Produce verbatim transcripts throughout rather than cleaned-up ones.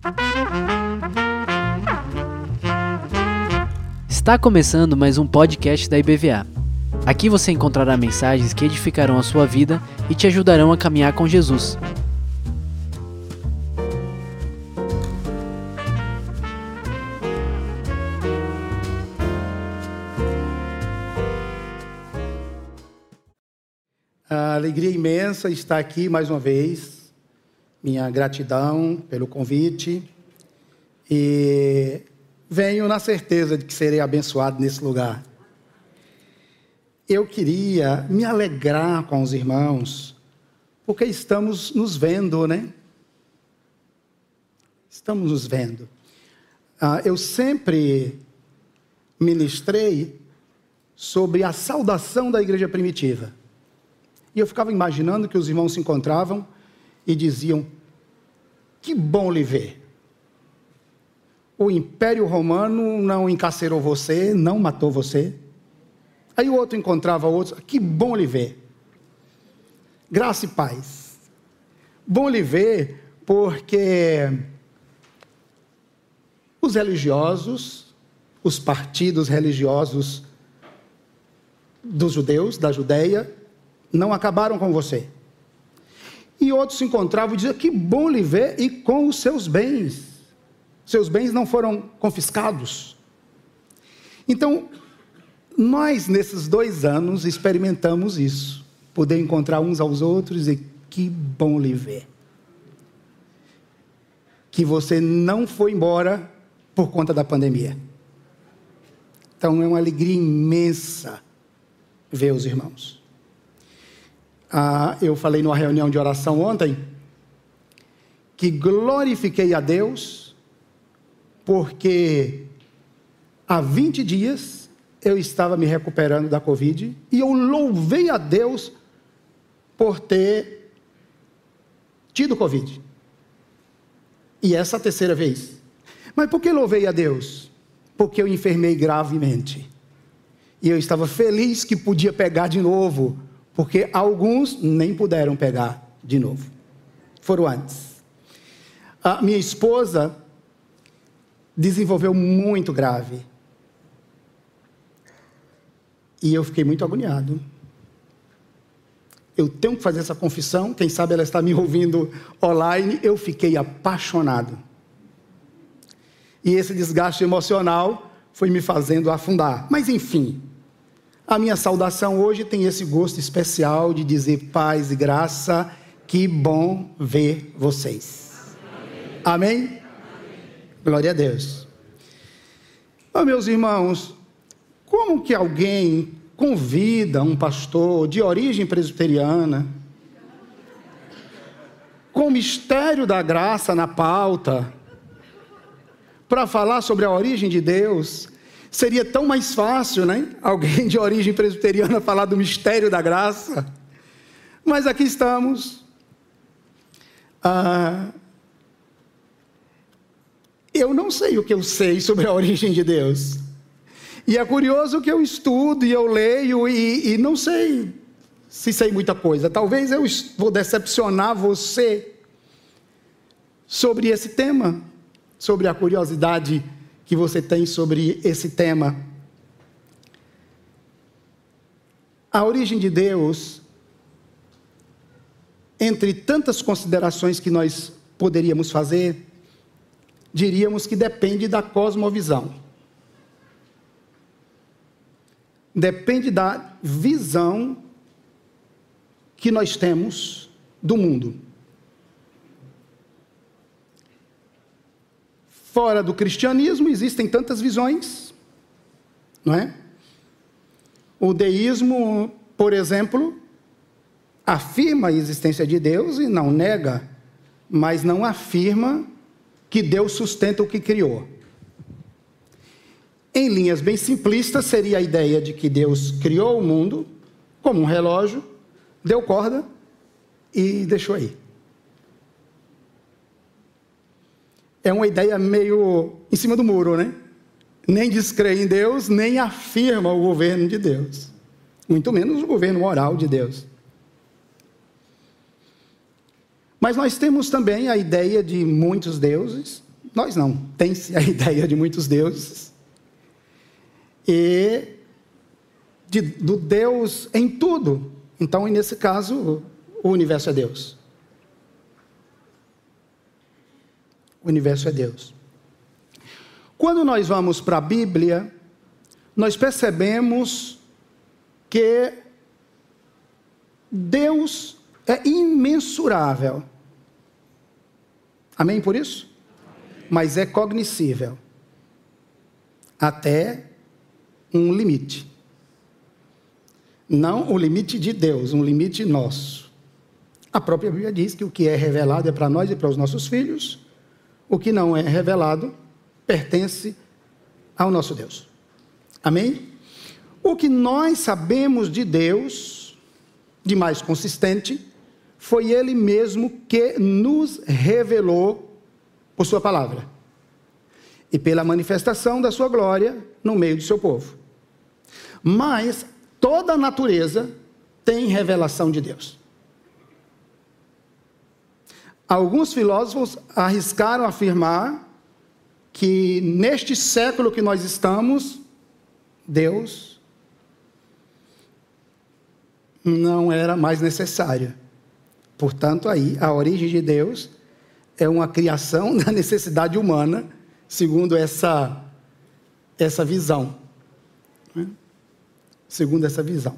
Está começando mais um podcast da I B V A. Aqui você encontrará mensagens que edificarão a sua vida e te ajudarão a caminhar com Jesus. A alegria imensa estar aqui mais uma vez. Minha gratidão pelo convite. E venho na certeza de que serei abençoado nesse lugar. Eu queria me alegrar com os irmãos, porque estamos nos vendo, né? Estamos nos vendo. Ah, eu sempre ministrei sobre a saudação da igreja primitiva. E eu ficava imaginando que os irmãos se encontravam e diziam: que bom lhe ver. O Império Romano não encarcerou você, não matou você. Aí o outro encontrava o outro: que bom lhe ver. Graça e paz. Bom lhe ver porque os religiosos, os partidos religiosos dos judeus, da Judeia, não acabaram com você. E outros se encontravam e diziam: que bom lhe ver, e com os seus bens. Seus bens não foram confiscados. Então, nós nesses dois anos experimentamos isso. Poder encontrar uns aos outros e que bom lhe ver. Que você não foi embora por conta da pandemia. Então é uma alegria imensa ver os irmãos. Ah, eu falei numa reunião de oração ontem que glorifiquei a Deus porque há vinte dias eu estava me recuperando da Covid e eu louvei a Deus por ter tido Covid. E essa é a terceira vez. Mas por que louvei a Deus? Porque eu enfermei gravemente. E eu estava feliz que podia pegar de novo, porque alguns nem puderam pegar de novo. Foram antes. A minha esposa desenvolveu muito grave. E eu fiquei muito agoniado. Eu tenho que fazer essa confissão. Quem sabe ela está me ouvindo online. Eu fiquei apaixonado. E esse desgaste emocional foi me fazendo afundar. Mas enfim, a minha saudação hoje tem esse gosto especial de dizer paz e graça. Que bom ver vocês. Amém? Amém? Glória a Deus. Oh, meus irmãos, como que alguém convida um pastor de origem presbiteriana, com o mistério da graça na pauta, para falar sobre a origem de Deus? Seria tão mais fácil, né? Alguém de origem presbiteriana falar do mistério da graça. Mas aqui estamos. Ah, eu não sei o que eu sei sobre a origem de Deus. E é curioso que eu estudo e eu leio e, e não sei se sei muita coisa. Talvez eu vou decepcionar você sobre esse tema, sobre a curiosidade que você tem sobre esse tema. A origem de Deus, entre tantas considerações que nós poderíamos fazer, diríamos que depende da cosmovisão. Depende da visão que nós temos do mundo. Fora do cristianismo existem tantas visões, não é? O deísmo, por exemplo, afirma a existência de Deus e não nega, mas não afirma que Deus sustenta o que criou. Em linhas bem simplistas, seria a ideia de que Deus criou o mundo como um relógio, deu corda e deixou aí. É uma ideia meio em cima do muro, né? Nem descrê em Deus, nem afirma o governo de Deus. Muito menos o governo moral de Deus. Mas nós temos também a ideia de muitos deuses, nós não, tem-se a ideia de muitos deuses, e de, do Deus em tudo. Então, nesse caso, o universo é Deus. O universo é Deus. Quando nós vamos para a Bíblia, nós percebemos que Deus é imensurável. Amém por isso? Mas é cognoscível. Até um limite. Não o limite de Deus, um limite nosso. A própria Bíblia diz que o que é revelado é para nós e para os nossos filhos. O que não é revelado pertence ao nosso Deus. Amém? O que nós sabemos de Deus, de mais consistente, foi Ele mesmo que nos revelou por sua palavra. E pela manifestação da sua glória no meio do seu povo. Mas toda a natureza tem revelação de Deus. Alguns filósofos arriscaram afirmar que neste século que nós estamos, Deus não era mais necessário. Portanto, aí, a origem de Deus é uma criação da necessidade humana, segundo essa, essa visão. Né? Segundo essa visão.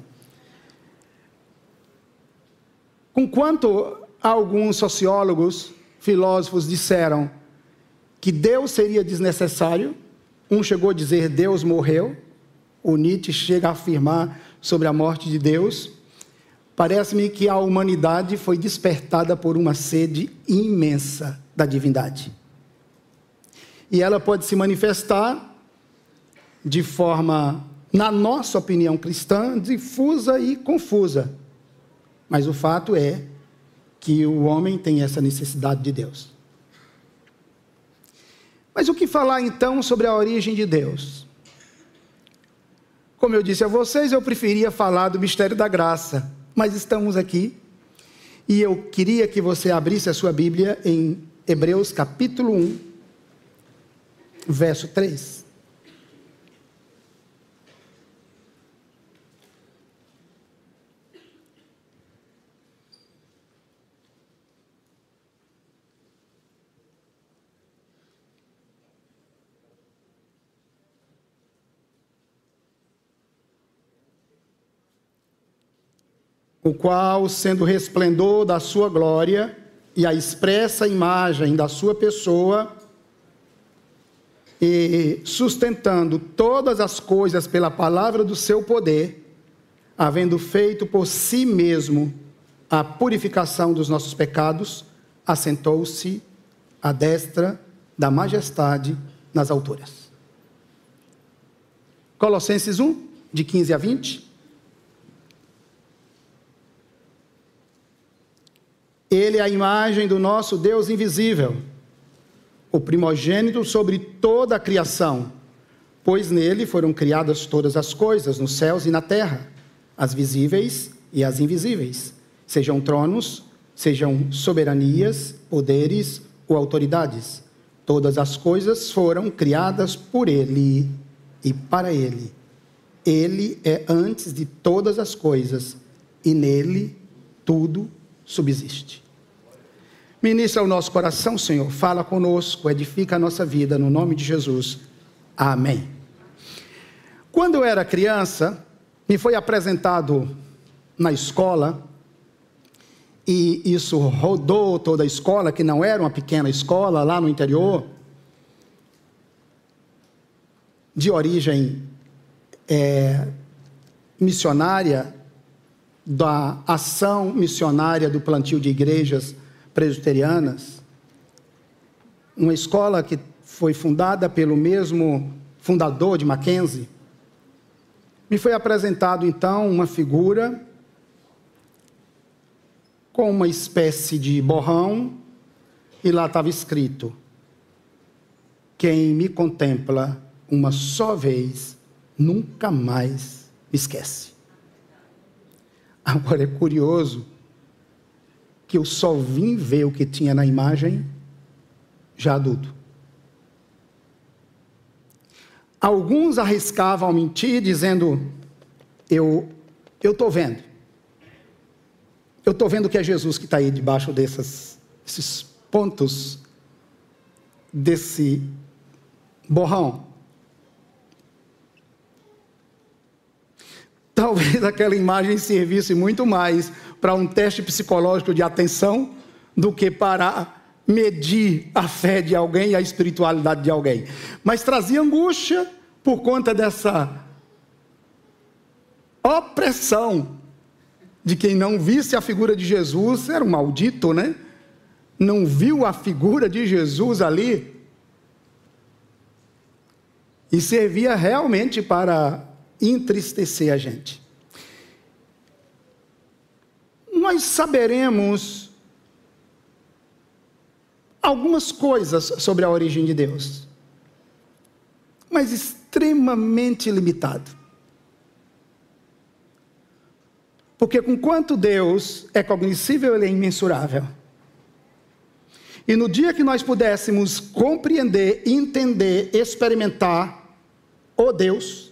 Conquanto alguns sociólogos, filósofos disseram que Deus seria desnecessário, um chegou a dizer Deus morreu, o Nietzsche chega a afirmar sobre a morte de Deus. Parece-me que a humanidade foi despertada por uma sede imensa da divindade. E ela pode se manifestar de forma, na nossa opinião cristã, difusa e confusa. Mas o fato é que o homem tem essa necessidade de Deus. Mas o que falar então sobre a origem de Deus? Como eu disse a vocês, eu preferia falar do mistério da graça, mas estamos aqui e eu queria que você abrisse a sua Bíblia em Hebreus capítulo um, verso três. O qual, sendo o resplendor da sua glória e a expressa imagem da sua pessoa, e sustentando todas as coisas pela palavra do seu poder, havendo feito por si mesmo a purificação dos nossos pecados, assentou-se à destra da majestade nas alturas. Colossenses um, de quinze a vinte. Ele é a imagem do nosso Deus invisível, o primogênito sobre toda a criação, pois nele foram criadas todas as coisas, nos céus e na terra, as visíveis e as invisíveis, sejam tronos, sejam soberanias, poderes ou autoridades. Todas as coisas foram criadas por ele e para ele. Ele é antes de todas as coisas e nele tudo subsiste. Ministra o nosso coração, Senhor, fala conosco, edifica a nossa vida, no nome de Jesus. Amém. Quando eu era criança, me foi apresentado na escola, e isso rodou toda a escola, que não era uma pequena escola, lá no interior, de origem é, missionária, da ação missionária do plantio de igrejas presbiterianas, uma escola que foi fundada pelo mesmo fundador de Mackenzie. Me foi apresentado então uma figura com uma espécie de borrão, e lá estava escrito: quem me contempla uma só vez, nunca mais me esquece. Agora é curioso que eu só vim ver o que tinha na imagem já adulto. Alguns arriscavam mentir, dizendo, eu eu estou vendo. Eu estou vendo que é Jesus que está aí debaixo desses, desses pontos, desse borrão. Talvez aquela imagem servisse muito mais para um teste psicológico de atenção do que para medir a fé de alguém e a espiritualidade de alguém. Mas trazia angústia por conta dessa opressão de quem não visse a figura de Jesus, era um maldito, né? Não viu a figura de Jesus ali. E servia realmente para entristecer a gente. Nós saberemos algumas coisas sobre a origem de Deus, mas extremamente limitado. Porque com quanto Deus é cognoscível, Ele é imensurável. E no dia que nós pudéssemos compreender, entender, experimentar o Deus,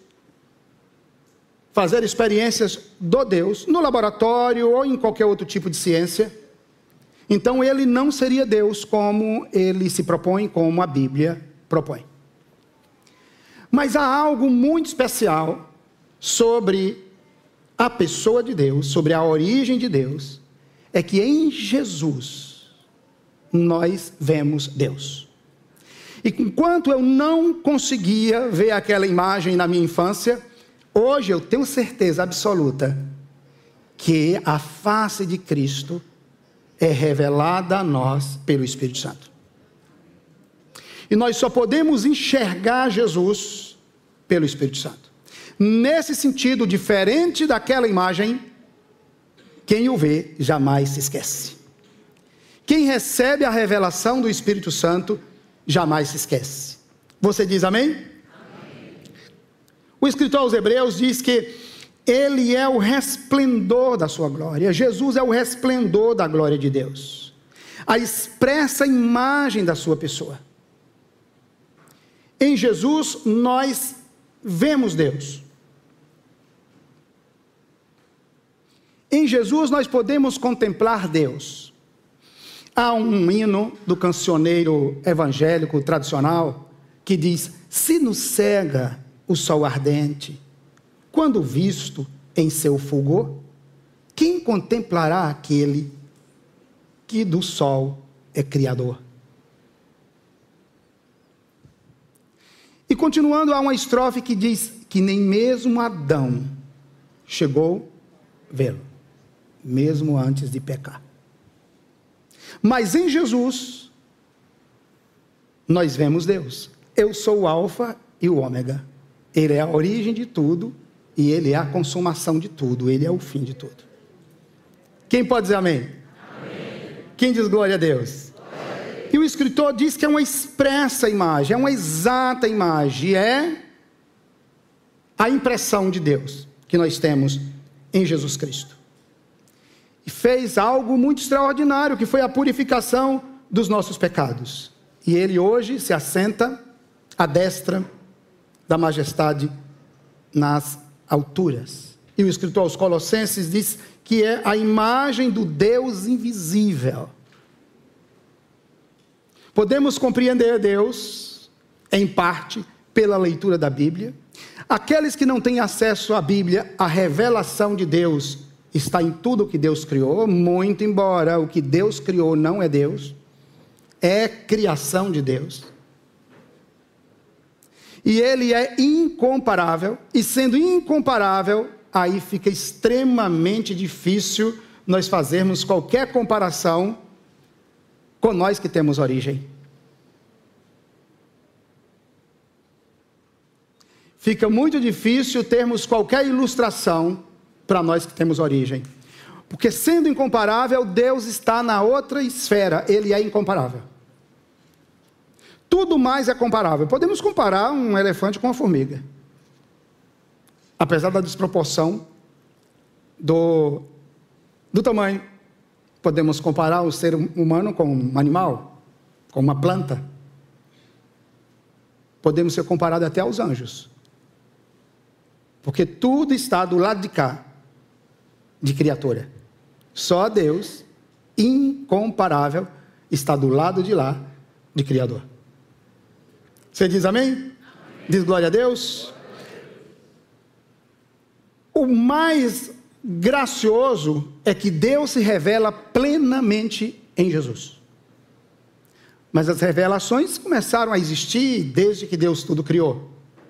fazer experiências do Deus, no laboratório ou em qualquer outro tipo de ciência, então Ele não seria Deus como Ele se propõe, como a Bíblia propõe. Mas há algo muito especial sobre a pessoa de Deus, sobre a origem de Deus, é que em Jesus nós vemos Deus. E enquanto eu não conseguia ver aquela imagem na minha infância, hoje eu tenho certeza absoluta que a face de Cristo é revelada a nós pelo Espírito Santo. E nós só podemos enxergar Jesus pelo Espírito Santo. Nesse sentido, diferente daquela imagem, quem o vê jamais se esquece. Quem recebe a revelação do Espírito Santo jamais se esquece. Você diz amém? Amém. O escritor aos Hebreus diz que Ele é o resplendor da sua glória. Jesus é o resplendor da glória de Deus, a expressa imagem da sua pessoa. Em Jesus nós vemos Deus. Em Jesus nós podemos contemplar Deus. Há um hino do cancioneiro evangélico tradicional que diz: se nos cega o sol ardente, quando visto em seu fulgor, quem contemplará aquele que do sol é criador? E continuando, há uma estrofe que diz que nem mesmo Adão chegou a vê-lo, mesmo antes de pecar. Mas em Jesus, nós vemos Deus. Eu sou o alfa e o ômega. Ele é a origem de tudo e Ele é a consumação de tudo. Ele é o fim de tudo. Quem pode dizer amém? Amém. Quem diz glória a Deus? Glória. E o escritor diz que é uma expressa imagem, é uma exata imagem, é a impressão de Deus que nós temos em Jesus Cristo. E fez algo muito extraordinário, que foi a purificação dos nossos pecados. E Ele hoje se assenta à destra da majestade nas alturas. E o escritor aos Colossenses diz que é a imagem do Deus invisível. Podemos compreender Deus, em parte, pela leitura da Bíblia. Aqueles que não têm acesso à Bíblia, a revelação de Deus está em tudo o que Deus criou, muito embora o que Deus criou não é Deus, é criação de Deus. E Ele é incomparável, e sendo incomparável, aí fica extremamente difícil nós fazermos qualquer comparação com nós que temos origem. Fica muito difícil termos qualquer ilustração para nós que temos origem. Porque sendo incomparável, Deus está na outra esfera, Ele é incomparável. Tudo mais é comparável. Podemos comparar um elefante com uma formiga. Apesar da desproporção do, do tamanho. Podemos comparar o ser humano com um animal, com uma planta. podemos ser comparados até aos anjos. Porque tudo está do lado de cá, de criatura. Só Deus, incomparável, está do lado de lá, de Criador. Você diz amém? Amém. Diz glória a Deus. O mais gracioso é que Deus se revela plenamente em Jesus. Mas as revelações começaram a existir desde que Deus tudo criou.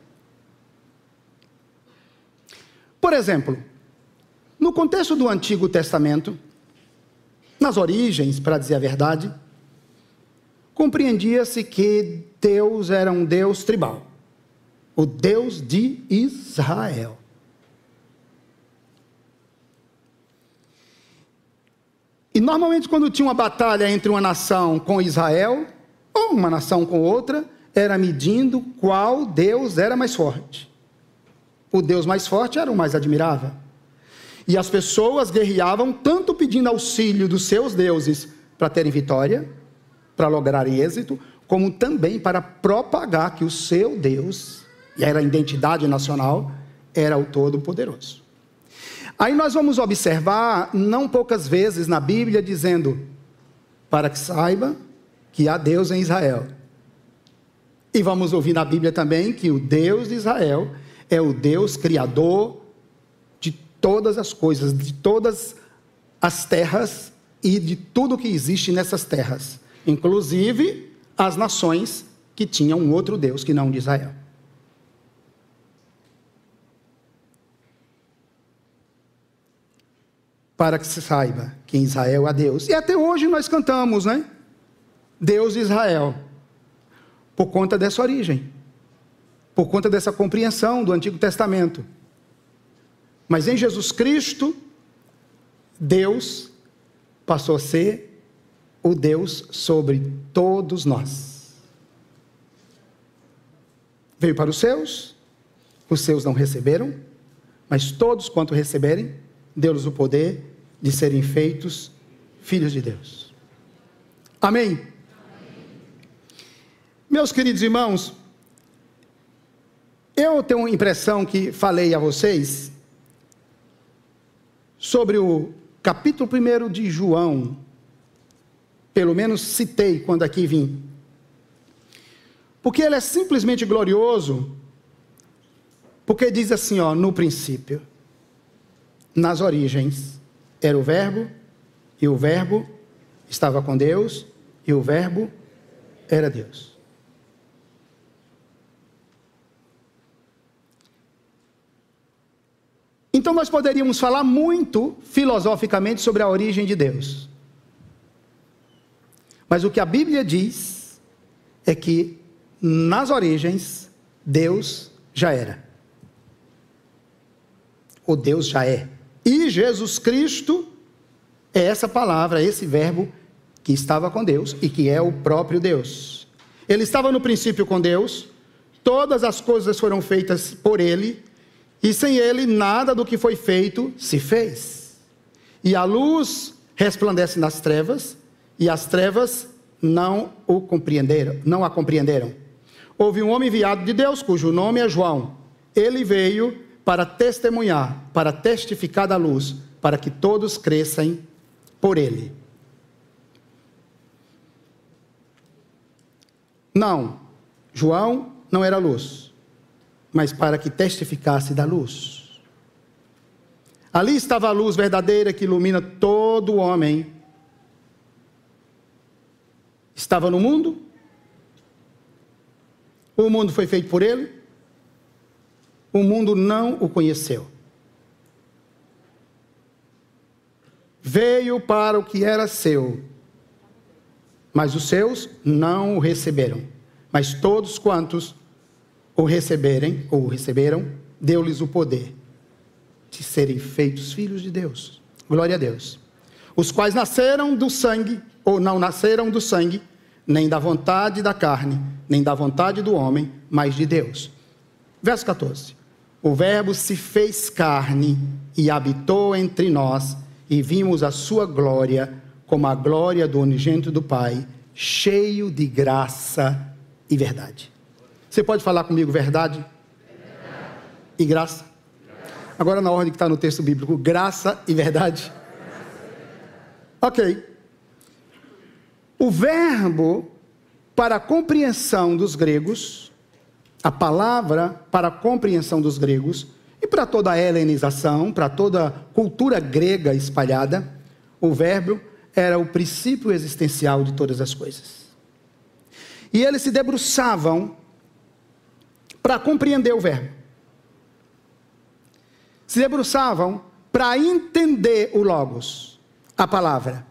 Por exemplo, no contexto do Antigo Testamento, nas origens, para dizer a verdade, compreendia-se que Deus era um Deus tribal, o Deus de Israel. E normalmente quando tinha uma batalha entre uma nação com Israel, ou uma nação com outra, era medindo qual Deus era mais forte. O Deus mais forte era o mais admirável. E as pessoas guerreavam tanto pedindo auxílio dos seus deuses para terem vitória, para lograrem êxito, como também para propagar que o seu Deus, e era a identidade nacional, era o Todo-Poderoso. Aí nós vamos observar, não poucas vezes na Bíblia, dizendo, para que saiba que há Deus em Israel. E vamos ouvir na Bíblia também que o Deus de Israel é o Deus criador de todas as coisas, de todas as terras e de tudo que existe nessas terras, inclusive as nações que tinham um outro Deus que não de Israel. Para que se saiba que em Israel há Deus. E até hoje nós cantamos, né? Deus de Israel. Por conta dessa origem. Por conta dessa compreensão do Antigo Testamento. Mas em Jesus Cristo, Deus passou a ser o Deus sobre todos nós. Veio para os seus, os seus não receberam, mas todos quanto receberem, deu-lhes o poder de serem feitos filhos de Deus. Amém? Amém? Meus queridos irmãos, eu tenho a impressão que falei a vocês sobre o capítulo primeiro de João, pelo menos citei quando aqui vim, porque ele é simplesmente glorioso, porque diz assim, ó, no princípio, nas origens, era o verbo, e o verbo estava com Deus, e o verbo era Deus. Então nós poderíamos falar muito filosoficamente sobre a origem de Deus. Mas o que a Bíblia diz é que nas origens Deus já era. O Deus já é. E Jesus Cristo é essa palavra, esse verbo que estava com Deus e que é o próprio Deus. Ele estava no princípio com Deus, todas as coisas foram feitas por Ele, e sem Ele nada do que foi feito se fez. E a luz resplandece nas trevas, e as trevas não o compreenderam, não a compreenderam. Houve um homem enviado de Deus, cujo nome é João. Ele veio para testemunhar, para testificar da luz, para que todos cresçam por ele. Não, João não era luz, mas para que testificasse da luz. Ali estava a luz verdadeira que ilumina todo homem. Estava no mundo, o mundo foi feito por ele, o mundo não o conheceu. Veio para o que era seu, mas os seus não o receberam. Mas todos quantos o receberem, ou o receberam, deu-lhes o poder de serem feitos filhos de Deus. Glória a Deus. Os quais nasceram do sangue, ou não nasceram do sangue, nem da vontade da carne, nem da vontade do homem, mas de Deus. Verso catorze. O verbo se fez carne e habitou entre nós, e vimos a sua glória, como a glória do unigênito do Pai, cheio de graça e verdade. Você pode falar comigo verdade? Verdade. E graça? Graça. Agora na ordem que está no texto bíblico, graça e verdade? Ok. O verbo para a compreensão dos gregos, a palavra para a compreensão dos gregos, e para toda a helenização, para toda a cultura grega espalhada, o verbo era o princípio existencial de todas as coisas. E eles se debruçavam para compreender o verbo. Se debruçavam para entender o logos, a palavra.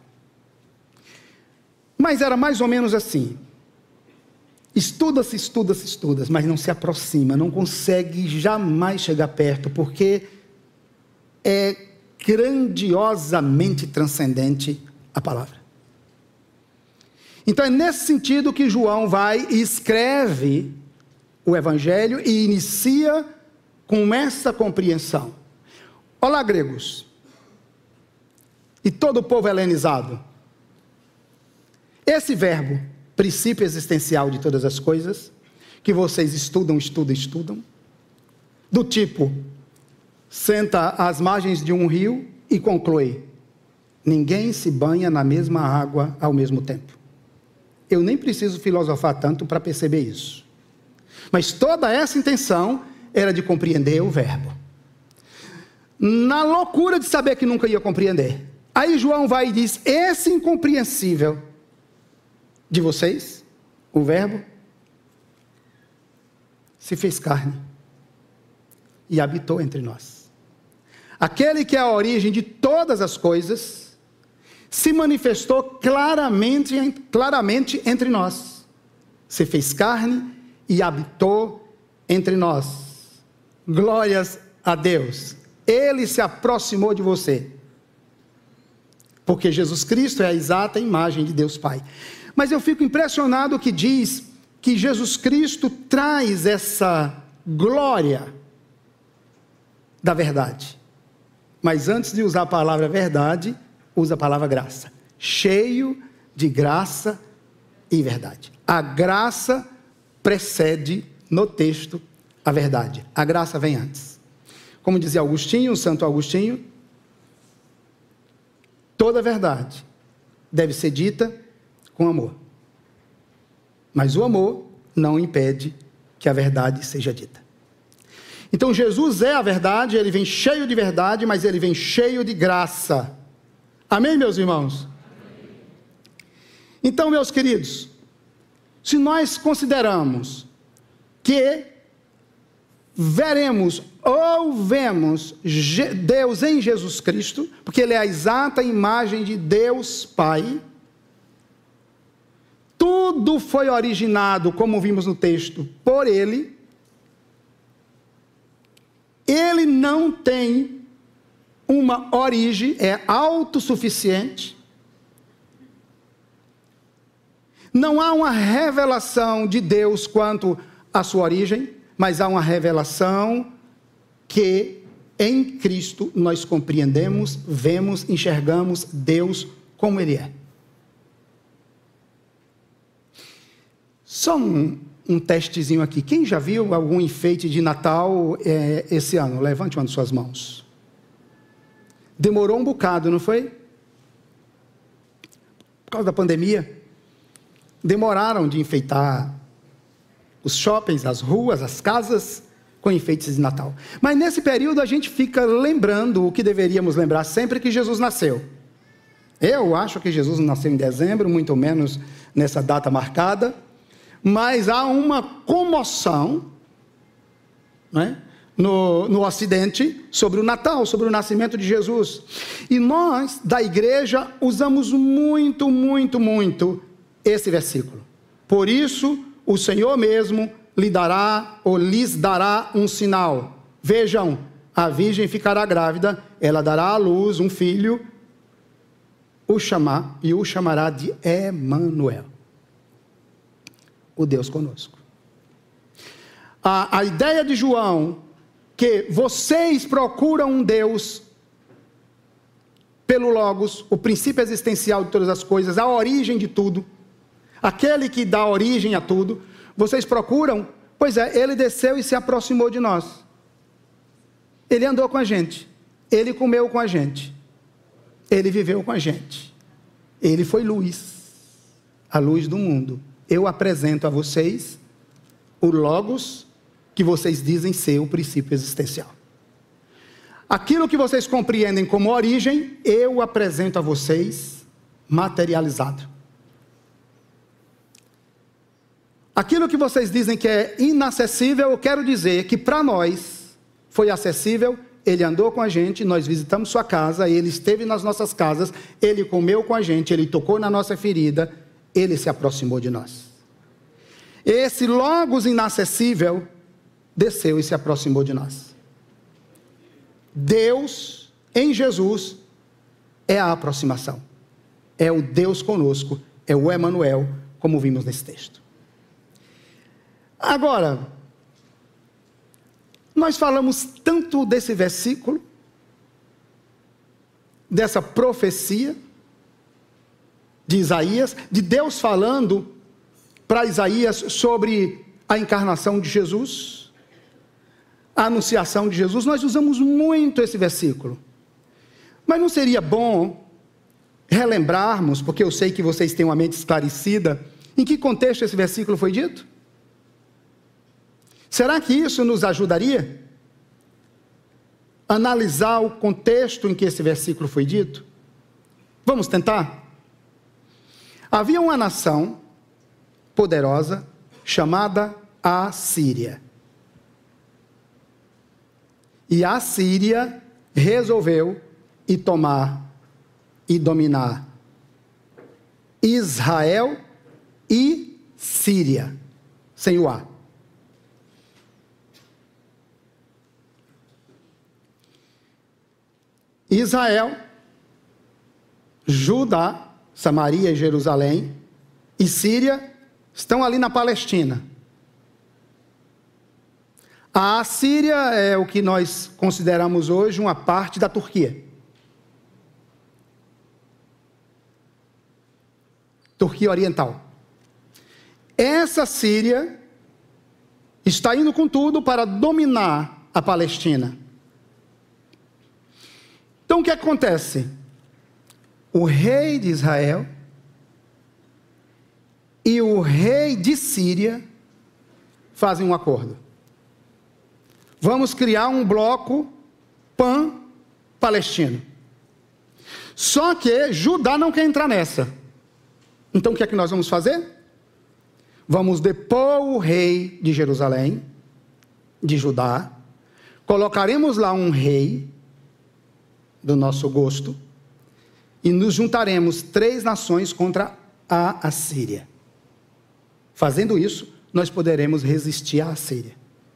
Mas era mais ou menos assim. Estuda-se, estuda-se, estuda, mas não se aproxima, não consegue jamais chegar perto, porque é grandiosamente transcendente a palavra. Então é nesse sentido que João vai e escreve o Evangelho e inicia com essa compreensão. Olá, gregos, e todo o povo helenizado. Esse verbo, princípio existencial de todas as coisas, que vocês estudam, estudam, estudam, do tipo, senta às margens de um rio e conclui, ninguém se banha na mesma água ao mesmo tempo. Eu nem preciso filosofar tanto para perceber isso. Mas toda essa intenção era de compreender o verbo. Na loucura de saber que nunca ia compreender. Aí João vai e diz, esse incompreensível de vocês, o verbo, se fez carne e habitou entre nós. Aquele que é a origem de todas as coisas, se manifestou claramente, claramente entre nós. Se fez carne e habitou entre nós. Glórias a Deus. Ele se aproximou de você. Porque Jesus Cristo é a exata imagem de Deus Pai. Mas eu fico impressionado que diz que Jesus Cristo traz essa glória da verdade. Mas antes de usar a palavra verdade, usa a palavra graça. Cheio de graça e verdade. A graça precede no texto a verdade. A graça vem antes. Como dizia Agostinho, o Santo Agostinho, toda verdade deve ser dita com amor. Mas o amor não impede que a verdade seja dita. Então Jesus é a verdade, ele vem cheio de verdade, mas ele vem cheio de graça. Amém, meus irmãos? Amém. Então, meus queridos, se nós consideramos que veremos ou vemos Deus em Jesus Cristo, porque ele é a exata imagem de Deus Pai, tudo foi originado, como vimos no texto, por ele. Ele não tem uma origem, é autossuficiente. Não há uma revelação de Deus quanto à sua origem, mas há uma revelação que em Cristo nós compreendemos, vemos, enxergamos Deus como Ele é. Só um, um testezinho aqui. Quem já viu algum enfeite de Natal é, esse ano? Levante uma de suas mãos. Demorou um bocado, não foi? Por causa da pandemia. Demoraram de enfeitar os shoppings, as ruas, as casas, com enfeites de Natal. Mas nesse período a gente fica lembrando o que deveríamos lembrar sempre, que Jesus nasceu. Eu acho que Jesus não nasceu em dezembro, muito menos nessa data marcada. Mas há uma comoção, né, no, no Ocidente sobre o Natal, sobre o nascimento de Jesus. E nós, da igreja, usamos muito, muito, muito esse versículo. Por isso, o Senhor mesmo lhe dará, ou lhes dará um sinal. Vejam, a virgem ficará grávida, ela dará à luz um filho, o chamar, e o chamará de Emanuel. O Deus conosco. A, a ideia de João, que vocês procuram um Deus pelo Logos, o princípio existencial de todas as coisas, a origem de tudo, aquele que dá origem a tudo, vocês procuram Pois é, ele desceu e se aproximou de nós. Ele andou com a gente. Ele comeu com a gente. Ele viveu com a gente. Ele foi luz, a luz do mundo. Eu apresento a vocês o Logos que vocês dizem ser o princípio existencial. Aquilo que vocês compreendem como origem, eu apresento a vocês materializado. Aquilo que vocês dizem que é inacessível, eu quero dizer que para nós foi acessível. Ele andou com a gente, nós visitamos sua casa, ele esteve nas nossas casas, ele comeu com a gente, ele tocou na nossa ferida, ele se aproximou de nós. Esse Logos inacessível desceu e se aproximou de nós. Deus, em Jesus, é a aproximação. É o Deus conosco, é o Emanuel, como vimos nesse texto. Agora, nós falamos tanto desse versículo, dessa profecia de Isaías, de Deus falando para Isaías sobre a encarnação de Jesus, a anunciação de Jesus. Nós usamos muito esse versículo. Mas não seria bom relembrarmos, porque eu sei que vocês têm uma mente esclarecida, em que contexto esse versículo foi dito? Será que isso nos ajudaria a analisar o contexto em que esse versículo foi dito? Vamos tentar? Havia uma nação poderosa chamada Assíria. E a Assíria resolveu ir tomar e dominar Israel e Síria, sem o A. Israel, Judá, Samaria e Jerusalém e Síria estão ali na Palestina. A Assíria é o que nós consideramos hoje uma parte da Turquia. Turquia Oriental. Essa Síria está indo com tudo para dominar a Palestina. Então o que acontece? O rei de Israel e o rei de Síria fazem um acordo. Vamos criar um bloco pan-palestino. Só que Judá não quer entrar nessa. Então o que é que nós vamos fazer? Vamos depor o rei de Jerusalém, de Judá, colocaremos lá um rei do nosso gosto, e nos juntaremos três nações contra a Assíria. Fazendo isso, nós poderemos resistir à Assíria.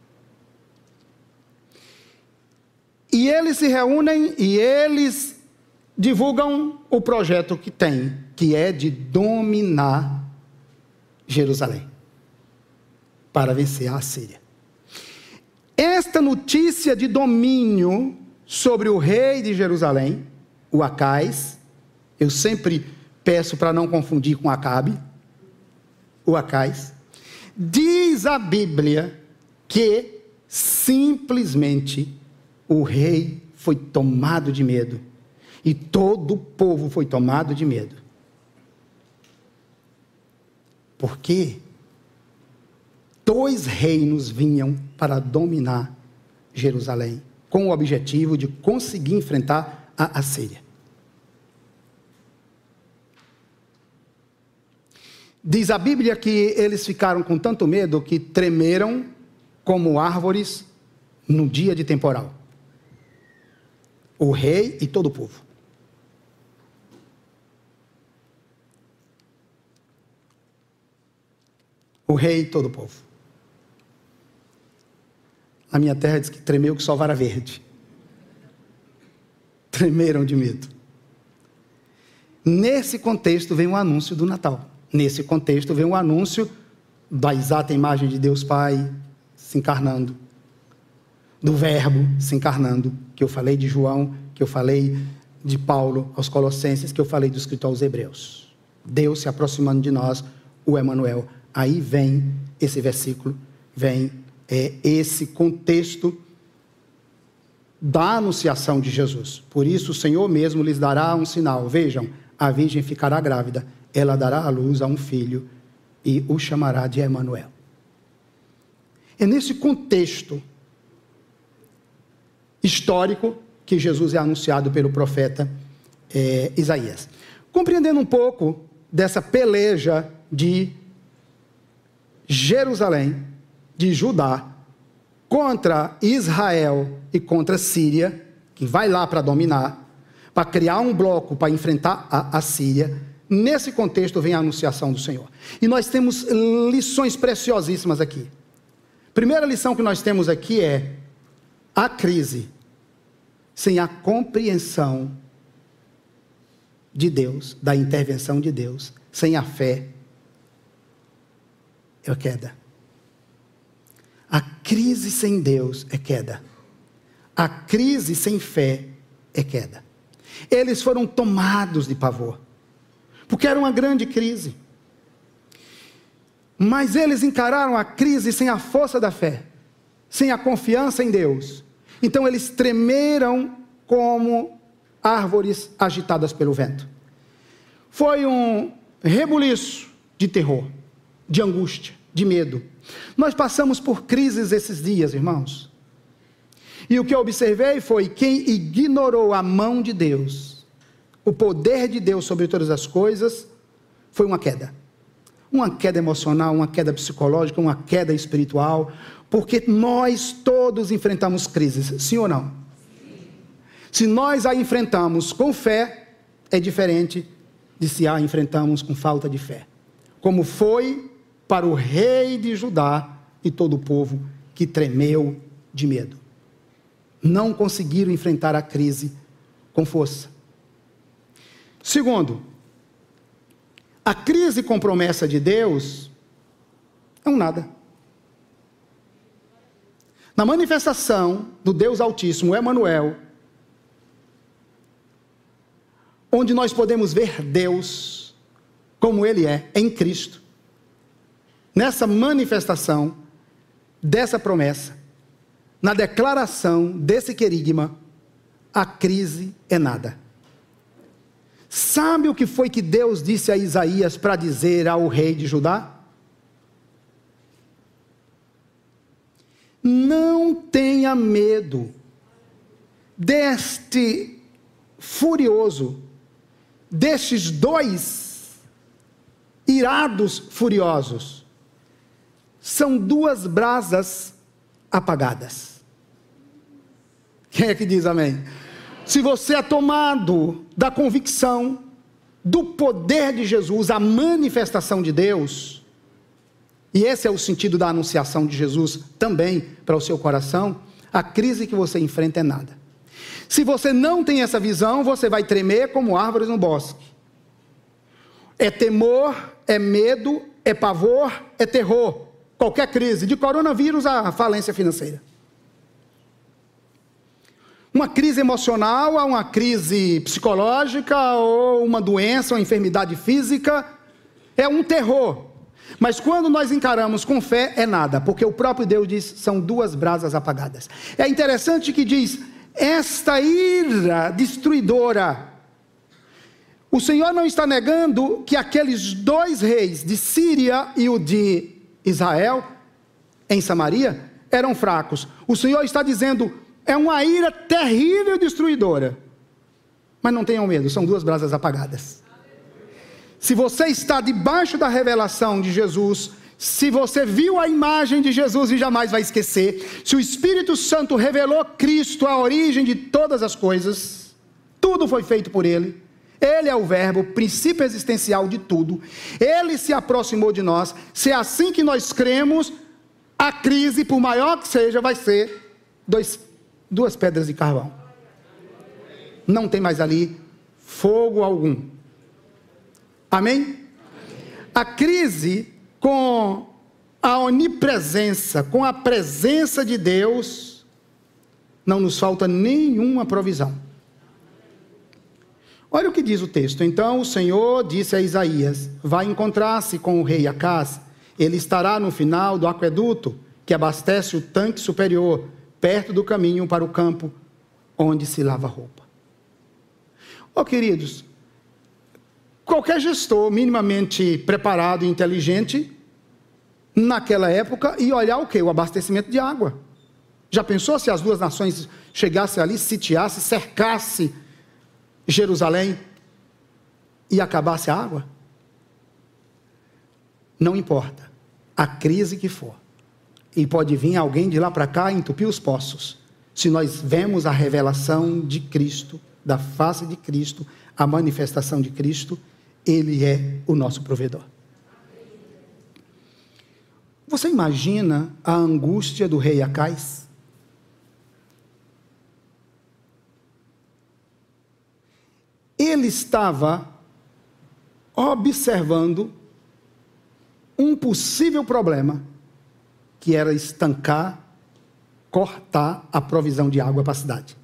E eles se reúnem e eles divulgam o projeto que tem, que é de dominar Jerusalém, para vencer a Assíria. Esta notícia de domínio sobre o rei de Jerusalém, o Acais, eu sempre peço para não confundir com Acabe, o Acais, diz a Bíblia que simplesmente o rei foi tomado de medo, e todo o povo foi tomado de medo. Porque dois reinos vinham para dominar Jerusalém, com o objetivo de conseguir enfrentar a Assíria. Diz a Bíblia que eles ficaram com tanto medo que tremeram como árvores no dia de temporal. O rei e todo o povo. O rei e todo o povo. Na minha terra diz que tremeu que só vara verde. Tremeram de medo. Nesse contexto vem um anúncio do Natal. Nesse contexto vem um anúncio da exata imagem de Deus Pai se encarnando. Do Verbo se encarnando. Que eu falei de João, que eu falei de Paulo aos Colossenses, que eu falei do escritor aos Hebreus. Deus se aproximando de nós, o Emanuel. Aí vem esse versículo vem é, esse contexto da anunciação de Jesus. Por isso o Senhor mesmo lhes dará um sinal. Vejam, a virgem ficará grávida, ela dará à luz a um filho e o chamará de Emanuel. É nesse contexto histórico que Jesus é anunciado pelo profeta é, Isaías. Compreendendo um pouco dessa peleja de Jerusalém, de Judá, contra Israel e contra a Síria, que vai lá para dominar, para criar um bloco para enfrentar a, a Síria. Nesse contexto vem a anunciação do Senhor. E nós temos lições preciosíssimas aqui. Primeira lição que nós temos aqui é: a crise sem a compreensão de Deus, da intervenção de Deus, sem a fé, é queda. A crise sem Deus é queda. A crise sem fé é queda. Eles foram tomados de pavor, porque era uma grande crise. Mas eles encararam a crise sem a força da fé, sem a confiança em Deus. Então eles tremeram como árvores agitadas pelo vento. Foi um rebuliço de terror, de angústia, de medo. Nós passamos por crises esses dias, irmãos. E o que eu observei foi: quem ignorou a mão de Deus, o poder de Deus sobre todas as coisas, foi uma queda. Uma queda emocional, uma queda psicológica, uma queda espiritual, porque nós todos enfrentamos crises, sim ou não? Sim. Se nós a enfrentamos com fé, é diferente de se a enfrentamos com falta de fé. Como foi para o rei de Judá e todo o povo que tremeu de medo. Não conseguiram enfrentar a crise com força. Segundo, a crise com promessa de Deus é um nada. Na manifestação do Deus Altíssimo, Emanuel, onde nós podemos ver Deus como Ele é, em Cristo, nessa manifestação dessa promessa, na declaração desse querigma, a crise é nada. Sabe o que foi que Deus disse a Isaías para dizer ao rei de Judá? Não tenha medo deste furioso, destes dois irados furiosos. São duas brasas apagadas. Quem é que diz amém? Se você é tomado da convicção do poder de Jesus, a manifestação de Deus, e esse é o sentido da anunciação de Jesus também para o seu coração, a crise que você enfrenta é nada. Se você não tem essa visão, você vai tremer como árvores no bosque. É temor, é medo, é pavor, é terror. Qualquer crise, de coronavírus à falência financeira. Uma crise emocional, uma crise psicológica, ou uma doença, uma enfermidade física, é um terror. Mas quando nós encaramos com fé, é nada, porque o próprio Deus diz, são duas brasas apagadas. É interessante que diz, esta ira destruidora, o Senhor não está negando que aqueles dois reis, de Síria e o de Israel, em Samaria, eram fracos. O Senhor está dizendo, é uma ira terrível e destruidora. Mas não tenham medo, são duas brasas apagadas. Se você está debaixo da revelação de Jesus, se você viu a imagem de Jesus e jamais vai esquecer, se o Espírito Santo revelou Cristo, a origem de todas as coisas, tudo foi feito por Ele, Ele é o verbo, princípio existencial de tudo, Ele se aproximou de nós, se é assim que nós cremos, a crise, por maior que seja, vai ser dois, duas pedras de carvão. Não tem mais ali fogo algum. Amém? Amém? A crise com a onipresença, com a presença de Deus, não nos falta nenhuma provisão. Olha o que diz o texto. Então o Senhor disse a Isaías, vai encontrar-se com o rei Acaz, ele estará no final do aqueduto, que abastece o tanque superior, perto do caminho para o campo, onde se lava roupa. Ó, queridos, qualquer gestor minimamente preparado e inteligente, naquela época, ia olhar o quê? O abastecimento de água. Já pensou se as duas nações chegassem ali, sitiassem, cercassem Jerusalém e acabasse a água? Não importa a crise que for, e pode vir alguém de lá para cá e entupir os poços. Se nós vemos a revelação de Cristo, da face de Cristo, a manifestação de Cristo, Ele é o nosso provedor. Você imagina a angústia do rei Acais? Ele estava observando um possível problema, que era estancar, cortar a provisão de água para a cidade.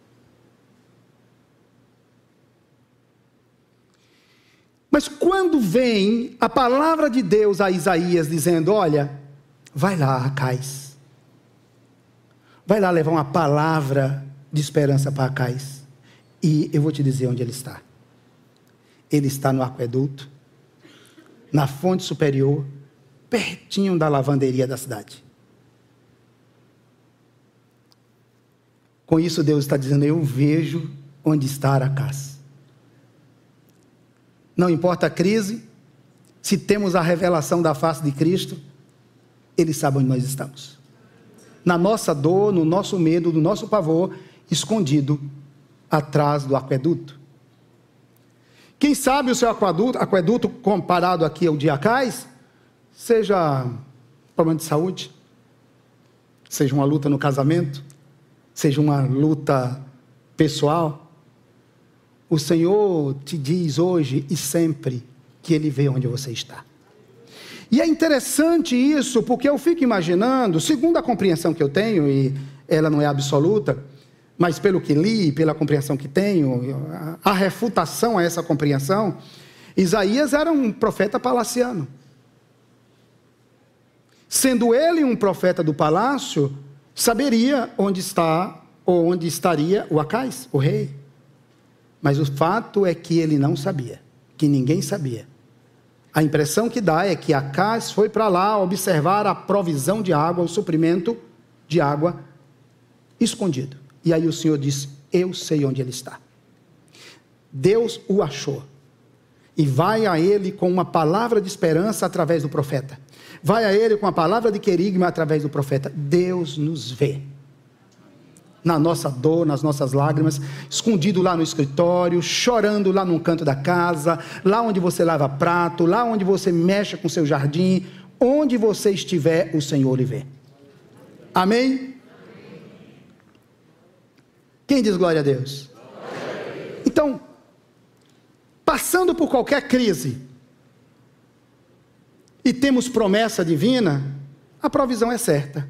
Mas quando vem a palavra de Deus a Isaías dizendo, olha, vai lá, Acais, vai lá levar uma palavra de esperança para Acais, e eu vou te dizer onde ele está. Ele está no aqueduto, na fonte superior, pertinho da lavanderia da cidade. Com isso Deus está dizendo, eu vejo onde está Acais. Não importa a crise, se temos a revelação da face de Cristo, Ele sabe onde nós estamos. Na nossa dor, no nosso medo, no nosso pavor, escondido atrás do aqueduto. Quem sabe o seu aqueduto, aqueduto comparado aqui ao de Acais, seja problema de saúde, seja uma luta no casamento, seja uma luta pessoal, o Senhor te diz hoje e sempre que Ele vê onde você está. E é interessante isso, porque eu fico imaginando, segundo a compreensão que eu tenho, e ela não é absoluta, mas pelo que li, pela compreensão que tenho, a refutação a essa compreensão, Isaías era um profeta palaciano. Sendo ele um profeta do palácio, saberia onde está, ou onde estaria o Acais, o rei. Mas o fato é que ele não sabia, que ninguém sabia. A impressão que dá é que Acais foi para lá observar a provisão de água, o suprimento de água escondido. E aí o Senhor disse, eu sei onde ele está. Deus o achou. E vai a ele com uma palavra de esperança através do profeta. Vai a ele com a palavra de querigma através do profeta. Deus nos vê. Na nossa dor, nas nossas lágrimas, escondido lá no escritório, chorando lá num canto da casa, lá onde você lava prato, lá onde você mexe com seu jardim, onde você estiver, o Senhor lhe vê. Amém? Quem diz glória a Deus? Então, passando por qualquer crise, e temos promessa divina, a provisão é certa.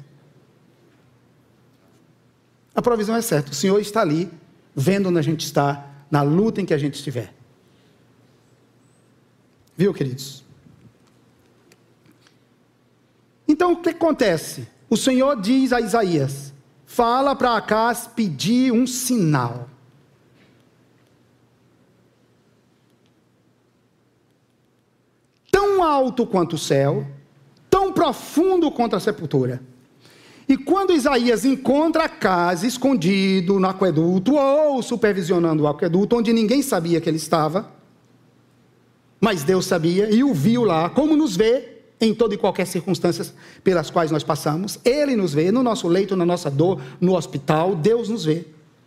A provisão é certa. O Senhor está ali, vendo onde a gente está, na luta em que a gente estiver. Viu, queridos? Então, o que acontece? O Senhor diz a Isaías, fala para Acais pedir um sinal. Tão alto quanto o céu, tão profundo quanto a sepultura. E quando Isaías encontra Acais escondido no aqueduto, ou supervisionando o aqueduto, onde ninguém sabia que ele estava, mas Deus sabia, e o viu lá, como nos vê, em toda e qualquer circunstância pelas quais nós passamos, Ele nos vê, no nosso leito, na nossa dor, no hospital, Deus nos vê.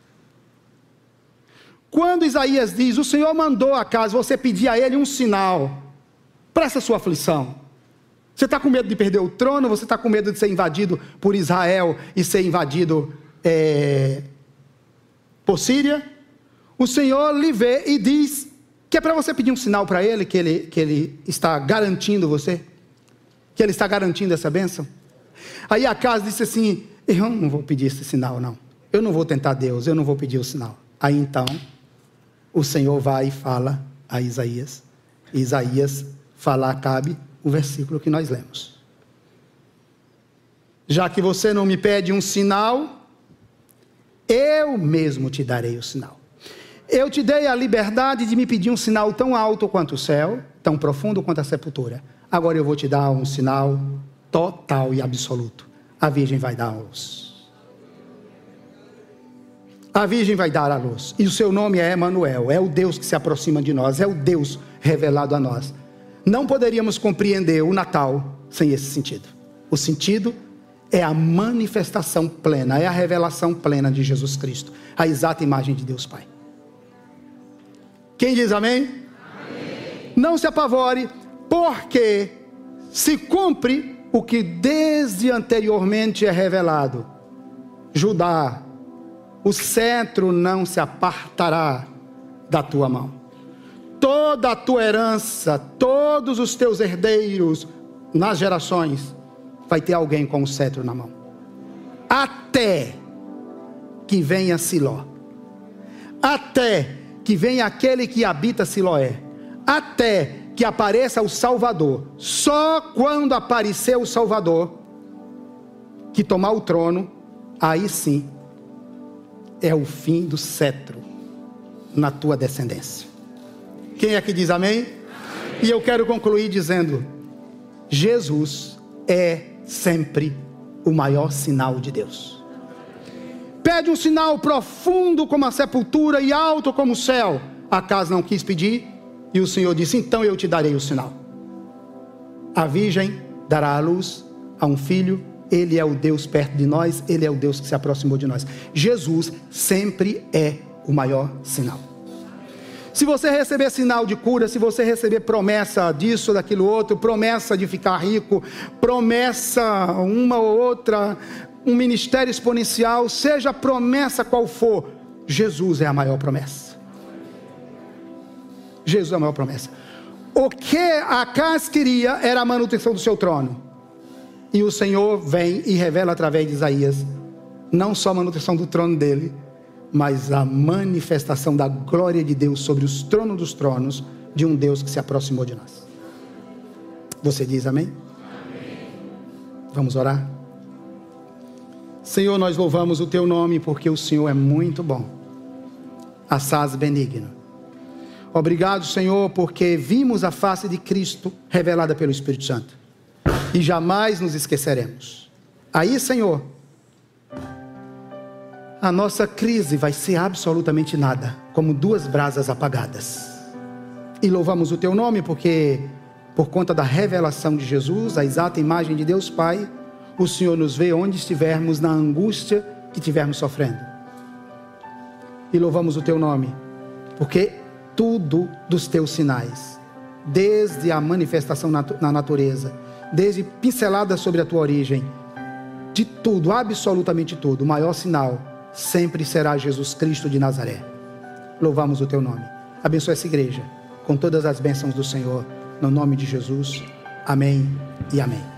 Quando Isaías diz, o Senhor mandou a Acais você pedir a Ele um sinal, para essa sua aflição. Você está com medo de perder o trono, você está com medo de ser invadido por Israel, e ser invadido é, por Síria, o Senhor lhe vê e diz, que é para você pedir um sinal para Ele, que Ele, que Ele está garantindo você, que Ele está garantindo essa bênção. Aí Acais disse assim, eu não vou pedir esse sinal não, eu não vou tentar Deus, eu não vou pedir o sinal. Aí então, o Senhor vai e fala a Isaías, e Isaías fala a Acabe o versículo que nós lemos. Já que você não me pede um sinal, eu mesmo te darei o sinal. Eu te dei a liberdade de me pedir um sinal tão alto quanto o céu, tão profundo quanto a sepultura. Agora eu vou te dar um sinal total e absoluto. A Virgem vai dar a luz. A Virgem vai dar a luz. E o seu nome é Emanuel. É o Deus que se aproxima de nós. É o Deus revelado a nós. Não poderíamos compreender o Natal sem esse sentido. O sentido é a manifestação plena, é a revelação plena de Jesus Cristo, a exata imagem de Deus Pai. Quem diz amém? Amém. Não se apavore, porque se cumpre o que desde anteriormente é revelado. Judá, o cetro não se apartará da tua mão. Toda a tua herança, todos os teus herdeiros nas gerações, vai ter alguém com o cetro na mão. Até que venha Siló. Até que venha aquele que habita Siloé. Até que apareça o Salvador. Só quando aparecer o Salvador, que tomar o trono, aí sim, é o fim do cetro na tua descendência. Quem é que diz amém? Amém. E eu quero concluir dizendo: Jesus é sempre o maior sinal de Deus. Pede um sinal profundo como a sepultura e alto como o céu. Acaso não quis pedir? E o Senhor disse: então eu te darei o sinal. A virgem dará à luz a um filho. Ele é o Deus perto de nós. Ele é o Deus que se aproximou de nós. Jesus sempre é o maior sinal. Se você receber sinal de cura, se você receber promessa disso, daquilo outro, promessa de ficar rico, promessa uma ou outra, um ministério exponencial, seja a promessa qual for, Jesus é a maior promessa. Jesus é a maior promessa. O que Acaz queria era a manutenção do seu trono. E o Senhor vem e revela através de Isaías, não só a manutenção do trono dele, mas a manifestação da glória de Deus sobre os tronos dos tronos, de um Deus que se aproximou de nós. Você diz amém? Amém. Vamos orar? Senhor, nós louvamos o teu nome, porque o Senhor é muito bom. Assaz benigno. Obrigado, Senhor, porque vimos a face de Cristo revelada pelo Espírito Santo, e jamais nos esqueceremos. Aí, Senhor, a nossa crise vai ser absolutamente nada, como duas brasas apagadas. E louvamos o teu nome, porque por conta da revelação de Jesus, a exata imagem de Deus Pai, o Senhor nos vê onde estivermos, na angústia que estivermos sofrendo. E louvamos o teu nome, porque tudo dos teus sinais, desde a manifestação na natureza, desde pincelada sobre a tua origem, de tudo, absolutamente tudo, o maior sinal sempre será Jesus Cristo de Nazaré. Louvamos o teu nome. Abençoa essa igreja com todas as bênçãos do Senhor, no nome de Jesus. Amém e amém.